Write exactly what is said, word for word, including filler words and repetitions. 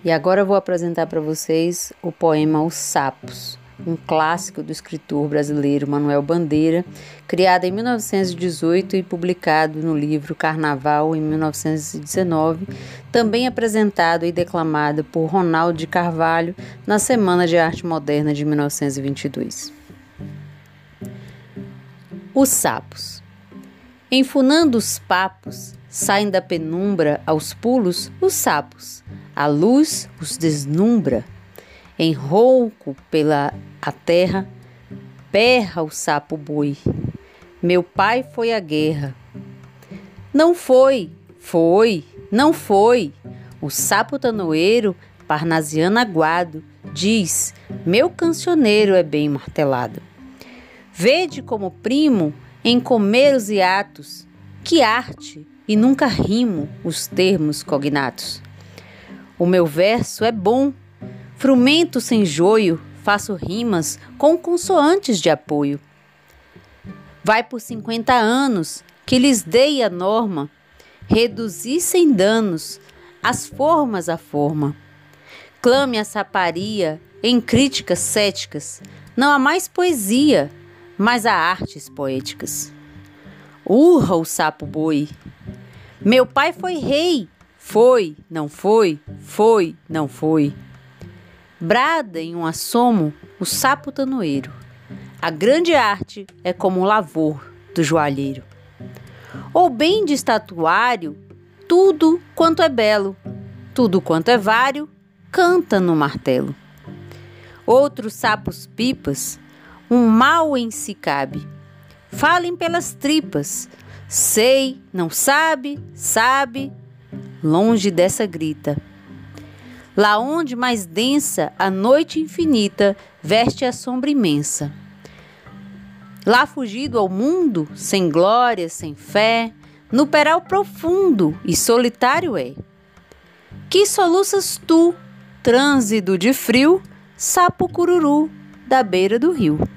E agora eu vou apresentar para vocês o poema Os Sapos, um clássico do escritor brasileiro Manuel Bandeira, criado em mil novecentos e dezoito e publicado no livro Carnaval em mil novecentos e dezenove, também apresentado e declamado por Ronaldo de Carvalho na Semana de Arte Moderna de mil novecentos e vinte e dois. Os sapos. Enfunando os papos, saem da penumbra aos pulos os sapos. A luz os deslumbra. Em rouco pela a terra, berra o sapo boi. Meu pai foi à guerra. Não foi, foi, não foi. O sapo tanoeiro, parnasiano aguado, diz: meu cancioneiro é bem martelado. Vede como primo em comer os hiatos, que arte, e nunca rimo os termos cognatos. O meu verso é bom, frumento sem joio, faço rimas com consoantes de apoio. Vai por cinquenta anos que lhes dei a norma, reduzi sem danos as formas à forma. Clame a saparia em críticas céticas, não há mais poesia, mas há artes poéticas. Urra o sapo boi. Meu pai foi rei, foi, não foi, foi, não foi. Brada em um assomo o sapo tanoeiro. A grande arte é como o lavor do joalheiro. Ou bem de estatuário, tudo quanto é belo, tudo quanto é vário, canta no martelo. Outros sapos pipas, um mal em si cabe. Falem pelas tripas, sei, não sabe, sabe, longe dessa grita. Lá onde mais densa a noite infinita veste a sombra imensa. Lá fugido ao mundo, sem glória, sem fé, no peral profundo e solitário é. Que soluças tu, trânsido de frio, sapo cururu da beira do rio.